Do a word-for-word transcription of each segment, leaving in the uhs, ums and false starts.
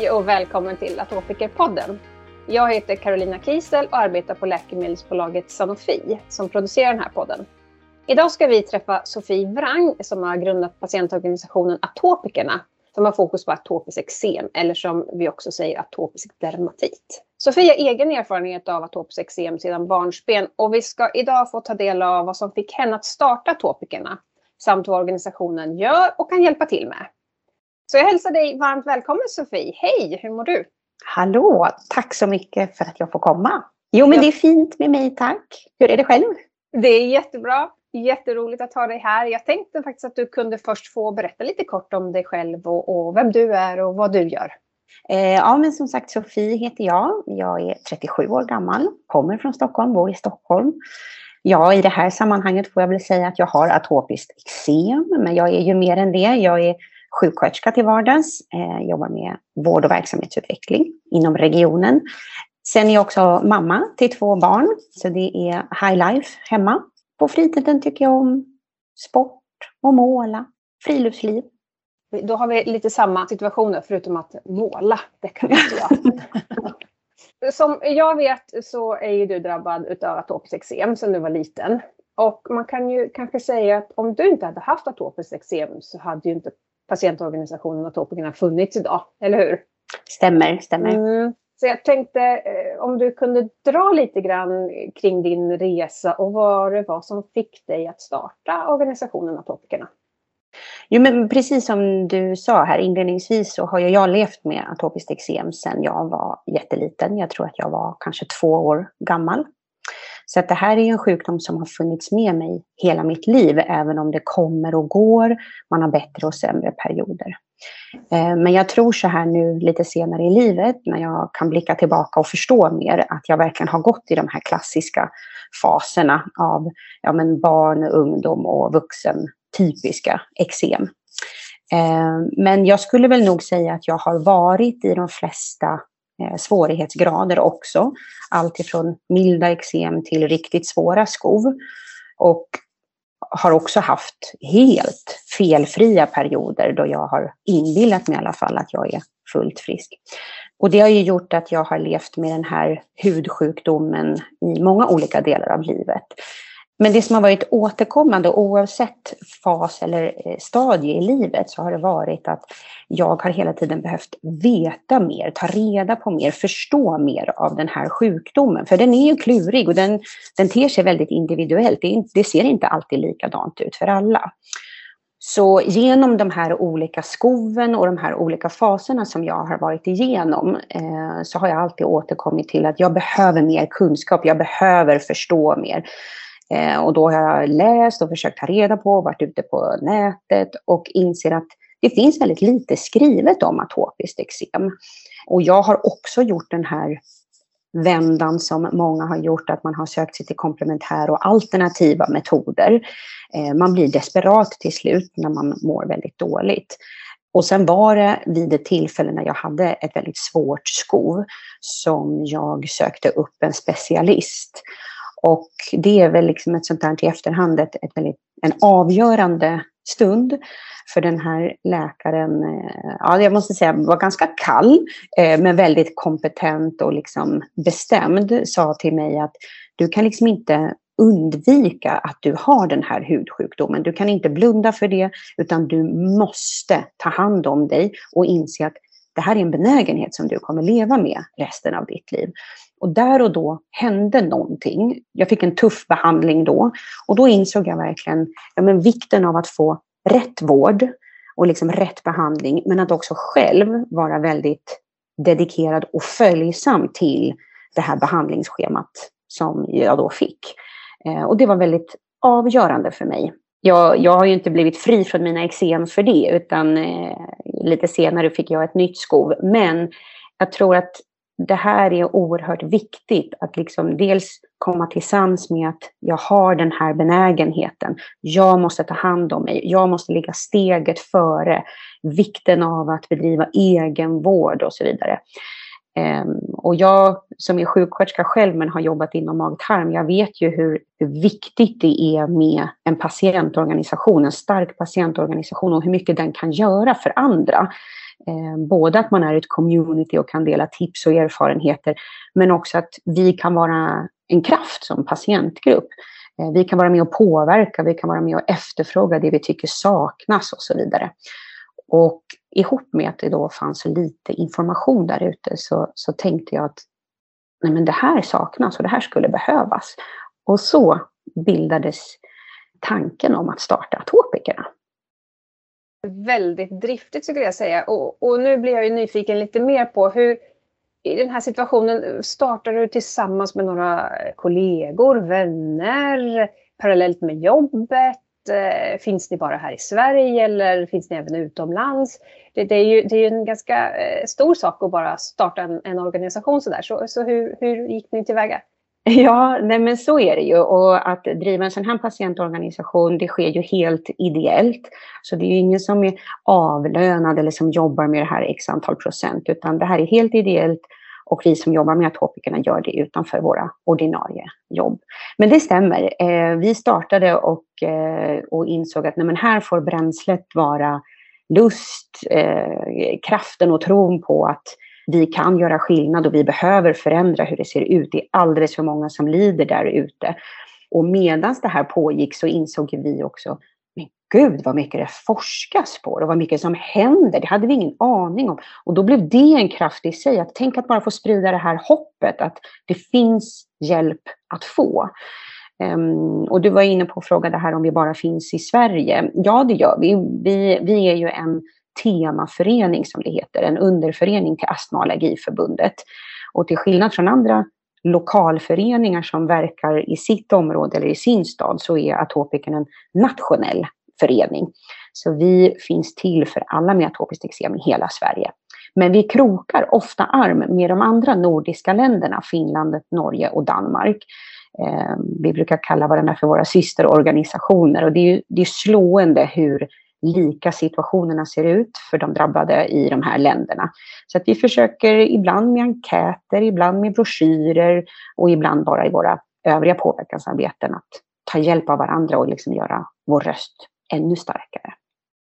Hej och välkommen till Atopikerpodden. Jag heter Carolina Kiesel och arbetar på läkemedelsbolaget Sanofi som producerar den här podden. Idag ska vi träffa Sofie Wrang som har grundat patientorganisationen Atopikerna som har fokus på atopiskt eksem eller som vi också säger atopisk dermatit. Sofie har egen erfarenhet av atopiskt eksem sedan barnsben och vi ska idag få ta del av vad som fick henne att starta Atopikerna samt vad organisationen gör och kan hjälpa till med. Så jag hälsar dig varmt välkommen Sofie. Hej, hur mår du? Hallå, tack så mycket för att jag får komma. Jo men ja. Det är fint med mig, tack. Hur är det själv? Det är jättebra. Jätteroligt att ha dig här. Jag tänkte faktiskt att du kunde först få berätta lite kort om dig själv och, och vem du är och vad du gör. Eh, ja men som sagt Sofie heter jag. Jag är trettiosju år gammal. Kommer från Stockholm, bor i Stockholm. Ja, i det här sammanhanget får jag väl säga att jag har atopiskt eksem. Men jag är ju mer än det. Jag är sjuksköterska till vardags. Eh, jobbar med vård och verksamhetsutveckling inom regionen. Sen är jag också mamma till två barn. Så det är high life hemma. På fritiden tycker jag om sport och måla, friluftsliv. Då har vi lite samma situationer förutom att måla, det kan inte jag. Som jag vet så är ju du drabbad av atopiskt eksem sedan du var liten. Och man kan ju kanske säga att om du inte hade haft atopiskt eksem så hade ju inte patientorganisationen Atopikerna funnits idag, eller hur? Stämmer, stämmer. Mm. Så jag tänkte eh, om du kunde dra lite grann kring din resa och vad det var som fick dig att starta organisationen Atopikerna. Jo men precis som du sa här inledningsvis så har jag levt med atopiskt eksem sedan jag var jätteliten. Jag tror att jag var kanske två år gammal. Så att det här är en sjukdom som har funnits med mig hela mitt liv även om det kommer och går. Man har bättre och sämre perioder. Men jag tror så här nu lite senare i livet när jag kan blicka tillbaka och förstå mer att jag verkligen har gått i de här klassiska faserna av ja, men barn, ungdom och vuxen typiska eksem. Men jag skulle väl nog säga att jag har varit i de flesta svårighetsgrader också. Allt ifrån milda eksem till riktigt svåra skov. Och har också haft helt felfria perioder då jag har inbillat mig i alla fall att jag är fullt frisk. Och det har ju gjort att jag har levt med den här hudsjukdomen i många olika delar av livet. Men det som har varit återkommande oavsett fas eller stadie i livet så har det varit att jag har hela tiden behövt veta mer, ta reda på mer, förstå mer av den här sjukdomen. För den är ju klurig och den, den ter sig väldigt individuellt. Det, är, det ser inte alltid likadant ut för alla. Så genom de här olika skoven och de här olika faserna som jag har varit igenom eh, så har jag alltid återkommit till att jag behöver mer kunskap, jag behöver förstå mer. Och då har jag läst och försökt ta reda på, varit ute på nätet och inser att det finns väldigt lite skrivet om atopiskt eksem. Och jag har också gjort den här vändan som många har gjort, att man har sökt sig till komplementära och alternativa metoder. Man blir desperat till slut när man mår väldigt dåligt. Och sen var det vid ett tillfälle när jag hade ett väldigt svårt skov som jag sökte upp en specialist. Och det är väl liksom ett sånt här i efterhand ett, ett väldigt, en avgörande stund för den här läkaren. Ja, jag måste säga var ganska kall men väldigt kompetent och liksom bestämd. Sa till mig att du kan liksom inte undvika att du har den här hudsjukdomen. Du kan inte blunda för det utan du måste ta hand om dig och inse att det här är en benägenhet som du kommer leva med resten av ditt liv. Och där och då hände någonting. Jag fick en tuff behandling då. Och då insåg jag verkligen ja, men vikten av att få rätt vård och liksom rätt behandling. Men att också själv vara väldigt dedikerad och följsam till det här behandlingsschemat som jag då fick. Eh, och det var väldigt avgörande för mig. Jag, jag har ju inte blivit fri från mina eksem för det. Utan eh, lite senare fick jag ett nytt skov. Men jag tror att det här är oerhört viktigt att liksom dels komma till sans med att jag har den här benägenheten. Jag måste ta hand om mig. Jag måste ligga steget före vikten av att bedriva egenvård och så vidare. Um, och jag som är sjuksköterska själv men har jobbat inom mag-tarm, jag vet ju hur, hur viktigt det är med en patientorganisation, en stark patientorganisation och hur mycket den kan göra för andra. Eh, både att man är ett community och kan dela tips och erfarenheter, men också att vi kan vara en kraft som patientgrupp. Eh, vi kan vara med och påverka, vi kan vara med och efterfråga det vi tycker saknas och så vidare. Och ihop med att det då fanns så lite information där ute så, så tänkte jag att nej, men det här saknas och det här skulle behövas. Och så bildades tanken om att starta Atopikerna. Väldigt driftigt skulle jag säga. Och, och nu blir jag ju nyfiken lite mer på hur i den här situationen startar du tillsammans med några kollegor, vänner, parallellt med jobbet? Finns ni bara här i Sverige eller finns ni även utomlands? Det, det, är, ju, det är ju en ganska stor sak att bara starta en, en organisation sådär. Så, så hur, hur gick ni tillväga? Ja, nej men så är det ju. Och att driva en sån här patientorganisation, det sker ju helt ideellt. Så det är ju ingen som är avlönad eller som jobbar med det här x antal procent. Utan det här är helt ideellt och vi som jobbar med Atopikerna gör det utanför våra ordinarie jobb. Men det stämmer. Eh, vi startade och, eh, och insåg att nej men här får bränslet vara lust, eh, kraften och tron på att vi kan göra skillnad och vi behöver förändra hur det ser ut. Det är alldeles för många som lider där ute. Och medan det här pågick så insåg vi också, men gud vad mycket det forskas på och vad mycket som händer. Det hade vi ingen aning om. Och då blev det en kraft i sig. Att tänk att bara få sprida det här hoppet. Att det finns hjälp att få. Um, och du var inne på att fråga det här om vi bara finns i Sverige. Ja, det gör vi. Vi, vi är ju en temaförening som det heter, en underförening till Astma- och allergiförbundet. Och till skillnad från andra lokalföreningar som verkar i sitt område eller i sin stad så är Atopikerna en nationell förening. Så vi finns till för alla med atopiskt eksem i hela Sverige. Men vi krokar ofta arm med de andra nordiska länderna, Finland, Norge och Danmark. Eh, vi brukar kalla varandra för våra systerorganisationer och det är ju det är slående hur lika situationerna ser ut för de drabbade i de här länderna. Så att vi försöker ibland med enkäter, ibland med broschyrer och ibland bara i våra övriga påverkansarbeten att ta hjälp av varandra och liksom göra vår röst ännu starkare.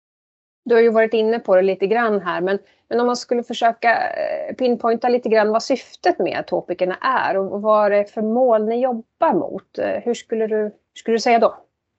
Du har ju varit inne på det lite grann här, men, men om man skulle försöka pinpointa lite grann vad syftet med Atopikerna är och vad det är för mål ni jobbar mot, hur skulle du, hur skulle du säga då?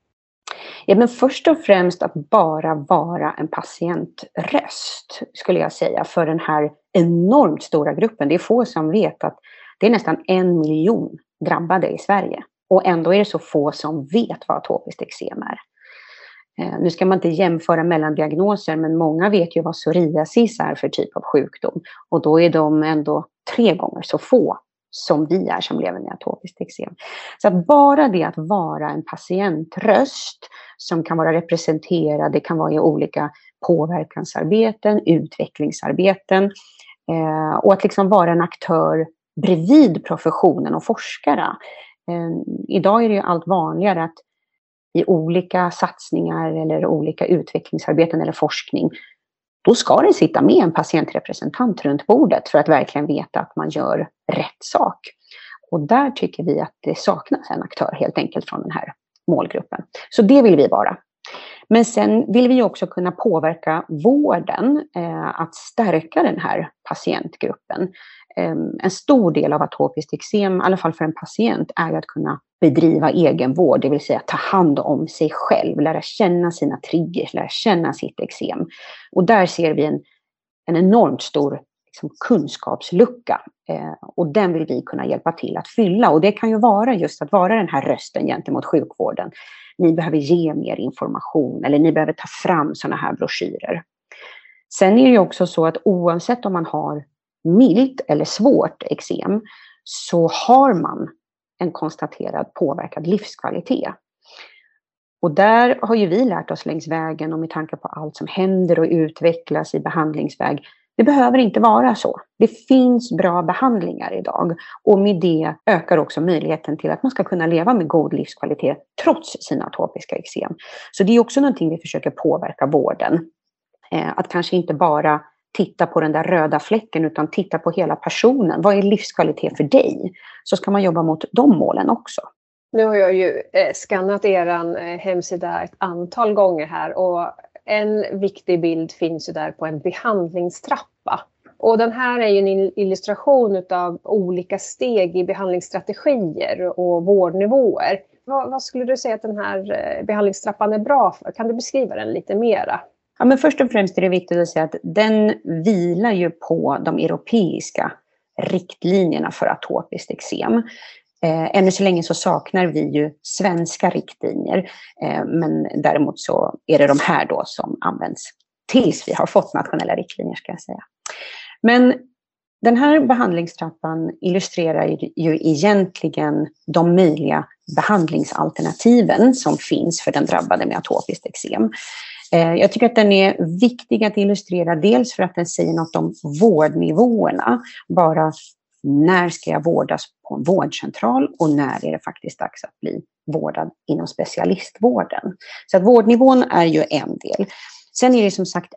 Ja, men först och främst att bara vara en patientröst skulle jag säga för den här enormt stora gruppen. Det är få som vet att det är nästan en miljon drabbade i Sverige. Och ändå är det så få som vet vad atopiskt eksem är. Eh, nu ska man inte jämföra mellan diagnoser, men många vet ju vad psoriasis är för typ av sjukdom. Och då är de ändå tre gånger så få som vi är som lever med atopiskt eksem. Så att bara det att vara en patientröst som kan vara representerad, det kan vara i olika påverkansarbeten, utvecklingsarbeten eh, och att liksom vara en aktör bredvid professionen och forskare. Eh, idag är det ju allt vanligare att i olika satsningar eller olika utvecklingsarbeten eller forskning då ska det sitta med en patientrepresentant runt bordet för att verkligen veta att man gör rätt sak. Och där tycker vi att det saknas en aktör helt enkelt från den här målgruppen. Så det vill vi vara. Men sen vill vi också kunna påverka vården eh, att stärka den här patientgruppen. Eh, en stor del av atopiskt eksem, i alla fall för en patient, är att kunna bedriva egenvård, det vill säga ta hand om sig själv, lära känna sina triggers, lära känna sitt eksem. Och där ser vi en, en enormt stor liksom, kunskapslucka eh, och den vill vi kunna hjälpa till att fylla. Och det kan ju vara just att vara den här rösten gentemot sjukvården. Ni behöver ge mer information eller ni behöver ta fram sådana här broschyrer. Sen är det ju också så att oavsett om man har milt eller svårt eksem så har man en konstaterad påverkad livskvalitet. Och där har ju vi lärt oss längs vägen och med tanke på allt som händer och utvecklas i behandlingsväg. Det behöver inte vara så. Det finns bra behandlingar idag och med det ökar också möjligheten till att man ska kunna leva med god livskvalitet trots sina atopiska eksem. Så det är också någonting vi försöker påverka vården. Att kanske inte bara titta på den där röda fläcken utan titta på hela personen. Vad är livskvalitet för dig? Så ska man jobba mot de målen också. Nu har jag ju eh, skannat er eh, hemsida ett antal gånger här och En viktig bild finns ju där på en behandlingstrappa. Och den här är ju en illustration av olika steg i behandlingsstrategier och vårdnivåer. Vad, vad skulle du säga att den här behandlingstrappan är bra för? Kan du beskriva den lite mera? Ja, men först och främst är det viktigt att säga att den vilar ju på de europeiska riktlinjerna för atopiskt eksem. Eh, ännu så länge så saknar vi ju svenska riktlinjer, eh, men däremot så är det de här då som används tills vi har fått nationella riktlinjer, ska jag säga. Men den här behandlingstrappan illustrerar ju egentligen de möjliga behandlingsalternativen som finns för den drabbade med atopiskt eksem. Jag tycker att den är viktig att illustrera, dels för att den säger något om vårdnivåerna. Bara när ska jag vårdas på en vårdcentral och när är det faktiskt dags att bli vårdad inom specialistvården. Så att vårdnivån är ju en del. Sen är det som sagt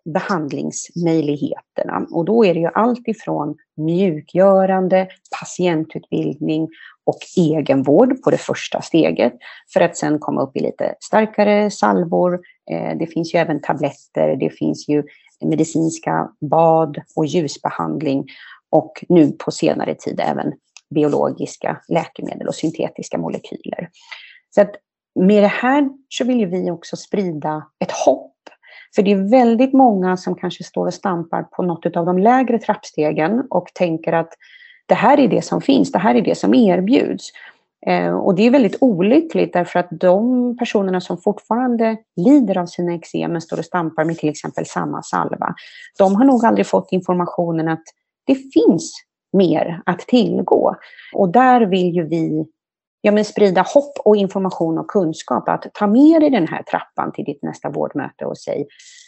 behandlingsmöjligheterna, och då är det ju allt ifrån mjukgörande, patientutbildning och egenvård på det första steget, för att sen komma upp i lite starkare salvor. Det finns ju även tabletter, det finns ju medicinska bad och ljusbehandling, och nu på senare tid även biologiska läkemedel och syntetiska molekyler. Så att med det här så vill ju vi också sprida ett hopp. För det är väldigt många som kanske står och stampar på något av de lägre trappstegen och tänker att det här är det som finns, det här är det som erbjuds. Eh, och det är väldigt olyckligt, därför att de personerna som fortfarande lider av sina eksem står och stampar med till exempel samma salva, de har nog aldrig fått informationen att det finns mer att tillgå. Och där vill ju vi ja, men sprida hopp och information och kunskap, att ta med dig den här trappan till ditt nästa vårdmöte och säg,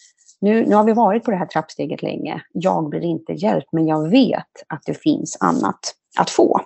nu, nu har vi varit på det här trappsteget länge, jag blir inte hjälpt, men jag vet att det finns annat att få.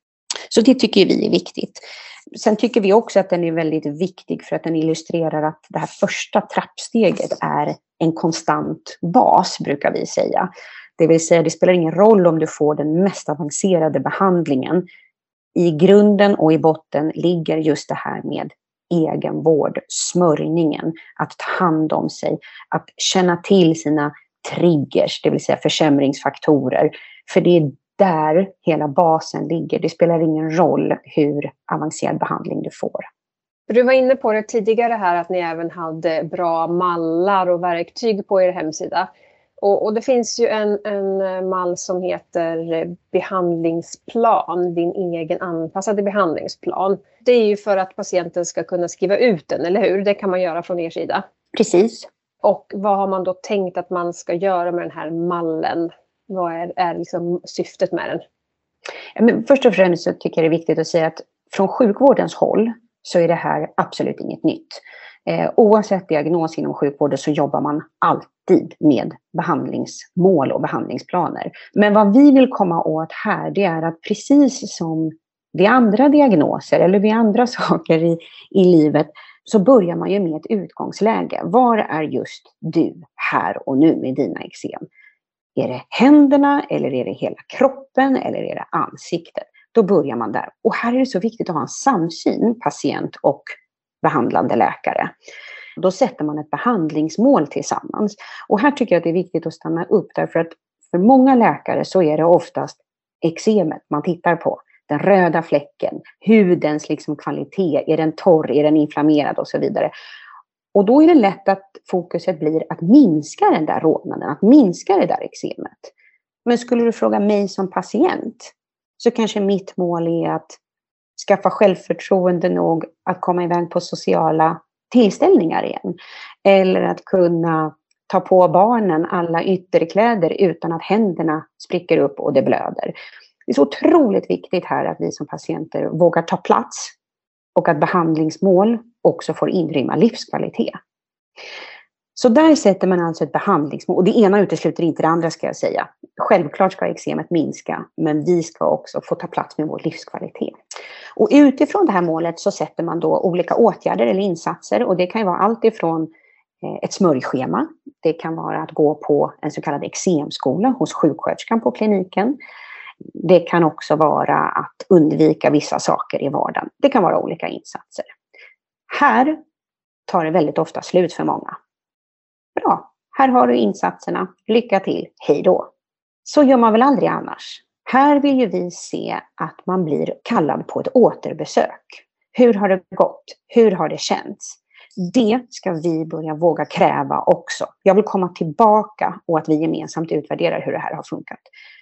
Så det tycker vi är viktigt. Sen tycker vi också att den är väldigt viktig för att den illustrerar att det här första trappsteget är en konstant bas, brukar vi säga. Det vill säga, det spelar ingen roll om du får den mest avancerade behandlingen. I grunden och i botten ligger just det här med egenvård, smörjningen, att ta hand om sig, att känna till sina triggers, det vill säga försämringsfaktorer. För det är där hela basen ligger. Det spelar ingen roll hur avancerad behandling du får. Du var inne på det tidigare här, att ni även hade bra mallar och verktyg på er hemsida. Och, och det finns ju en, en mall som heter behandlingsplan, din egen anpassade behandlingsplan. Det är ju för att patienten ska kunna skriva ut den, eller hur? Det kan man göra från er sida. Precis. Och vad har man då tänkt att man ska göra med den här mallen? Vad är, är liksom syftet med den? Ja, men först och främst så tycker jag det är viktigt att säga att från sjukvårdens håll så är det här absolut inget nytt. Eh, oavsett diagnos inom sjukvården så jobbar man alltid med behandlingsmål och behandlingsplaner. Men vad vi vill komma åt här, det är att precis som vid andra diagnoser eller vid andra saker i, i livet, så börjar man ju med ett utgångsläge. Var är just du här och nu med dina eksem? Är det händerna eller är det hela kroppen eller är det ansiktet? Då börjar man där. Och här är det så viktigt att ha en samsyn, patient och behandlande läkare. Då sätter man ett behandlingsmål tillsammans. Och här tycker jag att det är viktigt att stanna upp, därför att för många läkare så är det oftast eksemet man tittar på. Den röda fläcken, hudens liksom kvalitet, är den torr, är den inflammerad och så vidare. Och då är det lätt att fokuset blir att minska den där rodnaden, att minska det där eksemet. Men skulle du fråga mig som patient, så kanske mitt mål är att skaffa självförtroende nog att komma iväg på sociala tillställningar igen. Eller att kunna ta på barnen alla ytterkläder utan att händerna spricker upp och det blöder. Det är så otroligt viktigt här att vi som patienter vågar ta plats och att behandlingsmål också får inrymma livskvalitet. Så där sätter man alltså ett behandlingsmål. Och det ena utesluter inte det andra, ska jag säga. Självklart ska eksemet minska, men vi ska också få ta plats med vår livskvalitet. Och utifrån det här målet så sätter man då olika åtgärder eller insatser. Och det kan ju vara allt ifrån ett smörjschema. Det kan vara att gå på en så kallad eksemskola hos sjuksköterskan på kliniken. Det kan också vara att undvika vissa saker i vardagen. Det kan vara olika insatser. Här tar det väldigt ofta slut för många. bra, här har du insatserna, lycka till, hej då. Så gör man väl aldrig annars. Här vill ju vi se att man blir kallad på ett återbesök. Hur har det gått? Hur har det känts? Det ska vi börja våga kräva också. Jag vill komma tillbaka och att vi gemensamt utvärderar hur det här har funkat.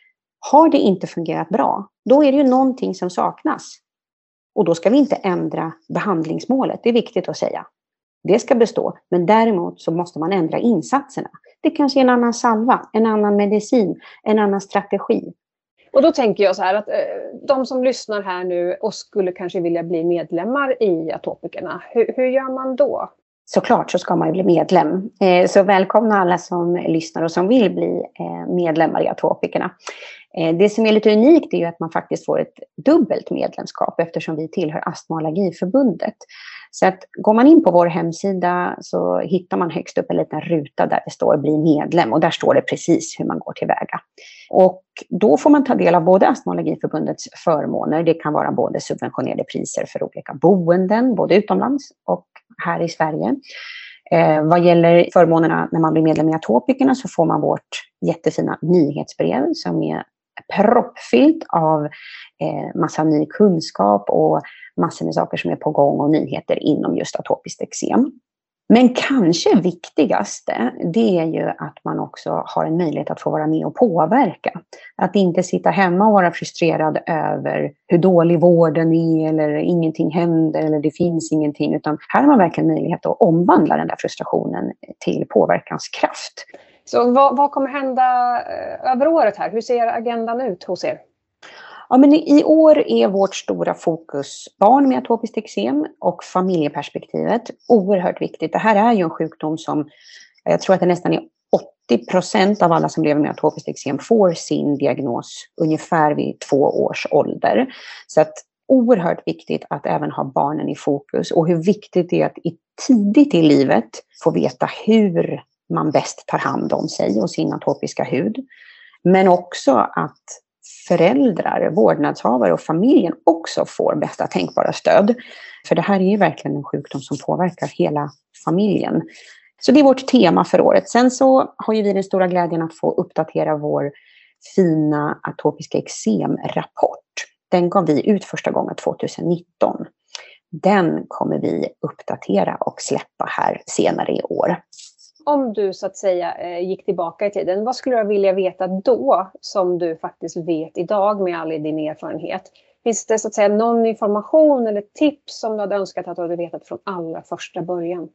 Har det inte fungerat bra, då är det ju någonting som saknas. Och då ska vi inte ändra behandlingsmålet, det är viktigt att säga. Det ska bestå, men däremot så måste man ändra insatserna. Det kanske är en annan salva, en annan medicin, en annan strategi. Och då tänker jag så här att eh, de som lyssnar här nu och skulle kanske vilja bli medlemmar i Atopikerna, hur, hur gör man då? Såklart så ska man ju bli medlem. Eh, så välkomna alla som lyssnar och som vill bli eh, medlemmar i Atopikerna. Eh, det som är lite unikt är ju att man faktiskt får ett dubbelt medlemskap eftersom vi tillhör Astma- och allergiförbundet. Så att går man in på vår hemsida så hittar man högst upp en liten ruta där det står bli medlem och där står det precis hur man går tillväga. Och då får man ta del av både Astma- och allergiförbundets förmåner. Det kan vara både subventionerade priser för olika boenden, både utomlands och här i Sverige. Eh, vad gäller förmånerna när man blir medlem i Atopikerna så får man vårt jättefina nyhetsbrev som är proppfyllt av eh, massa ny kunskap och massor med saker som är på gång och nyheter inom just atopiskt eksem. Men kanske viktigaste, det är ju att man också har en möjlighet att få vara med och påverka. Att inte sitta hemma och vara frustrerad över hur dålig vården är eller ingenting händer eller det finns ingenting. Utan här har man verkligen möjlighet att omvandla den där frustrationen till påverkanskraft. Så vad, vad kommer hända över året här? Hur ser agendan ut hos er? Ja, men i år är vårt stora fokus barn med atopiskt eksem och familjeperspektivet oerhört viktigt. Det här är ju en sjukdom som jag tror att det nästan är åttio procent av alla som lever med atopiskt eksem får sin diagnos ungefär vid två års ålder. Så att oerhört viktigt att även ha barnen i fokus och hur viktigt det är att i tidigt i livet få veta hur man bäst tar hand om sig och sin atopiska hud. Men också att föräldrar, vårdnadshavare och familjen också får bästa tänkbara stöd. För det här är ju verkligen en sjukdom som påverkar hela familjen. Så det är vårt tema för året. Sen så har ju vi den stora glädjen att få uppdatera vår fina atopiska eksem-rapport. Den gav vi ut första gången tjugonitton. Den kommer vi uppdatera och släppa här senare i år. Om du så att säga gick tillbaka i tiden, vad skulle du vilja veta då som du faktiskt vet idag med all din erfarenhet? Finns det så att säga någon information eller tips som du hade önskat att du hade vetat från allra första början?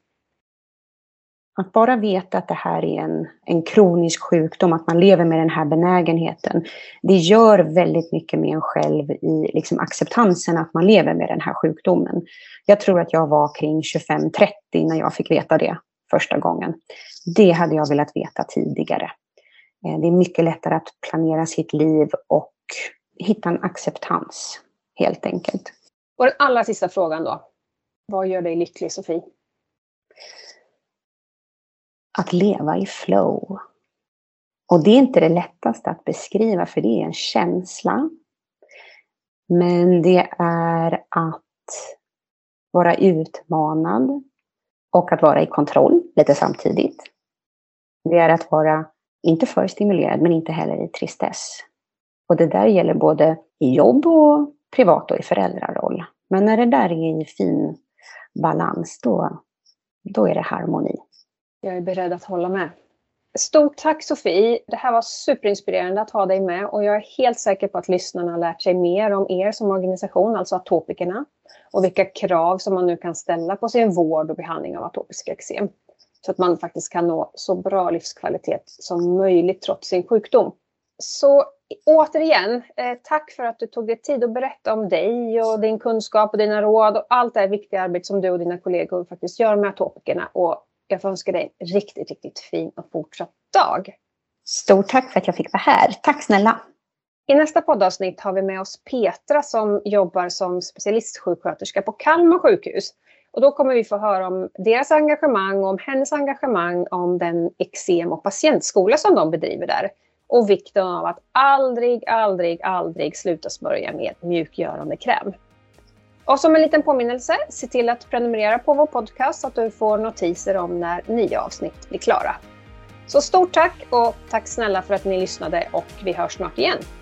Att bara veta att det här är en, en kronisk sjukdom, att man lever med den här benägenheten. Det gör väldigt mycket med en själv i liksom acceptansen att man lever med den här sjukdomen. Jag tror att jag var kring tjugofem trettio när jag fick veta det första gången. Det hade jag velat veta tidigare. Det är mycket lättare att planera sitt liv och hitta en acceptans helt enkelt. Och den allra sista frågan då. Vad gör dig lycklig, Sofie? Att leva i flow. Och det är inte det lättaste att beskriva för det är en känsla. Men det är att vara utmanad och att vara i kontroll lite samtidigt. Det är att vara inte för stimulerad men inte heller i tristess. Och det där gäller både i jobb och privat och i föräldraroll. Men när det där är i fin balans då, då är det harmoni. Jag är beredd att hålla med. Stort tack Sofie. Det här var superinspirerande att ha dig med. Och jag är helt säker på att lyssnarna har lärt sig mer om er som organisation, alltså Atopikerna. Och vilka krav som man nu kan ställa på sin vård och behandling av atopisk eksem. Så att man faktiskt kan nå så bra livskvalitet som möjligt trots sin sjukdom. Så återigen, eh, tack för att du tog dig tid att berätta om dig och din kunskap och dina råd. Och allt det här viktiga arbete som du och dina kollegor faktiskt gör med Atopikerna. Och jag får önska dig en riktigt, riktigt fin och fortsatt dag. Stort tack för att jag fick vara här. Tack snälla. I nästa poddavsnitt har vi med oss Petra som jobbar som specialistsjuksköterska på Kalmar sjukhus. Och då kommer vi få höra om deras engagemang, om hennes engagemang, om den eksem- och patientskola som de bedriver där. Och vikten av att aldrig, aldrig, aldrig sluta smörja med mjukgörande kräm. Och som en liten påminnelse, se till att prenumerera på vår podcast så att du får notiser om när nya avsnitt blir klara. Så stort tack och tack snälla för att ni lyssnade och vi hörs snart igen.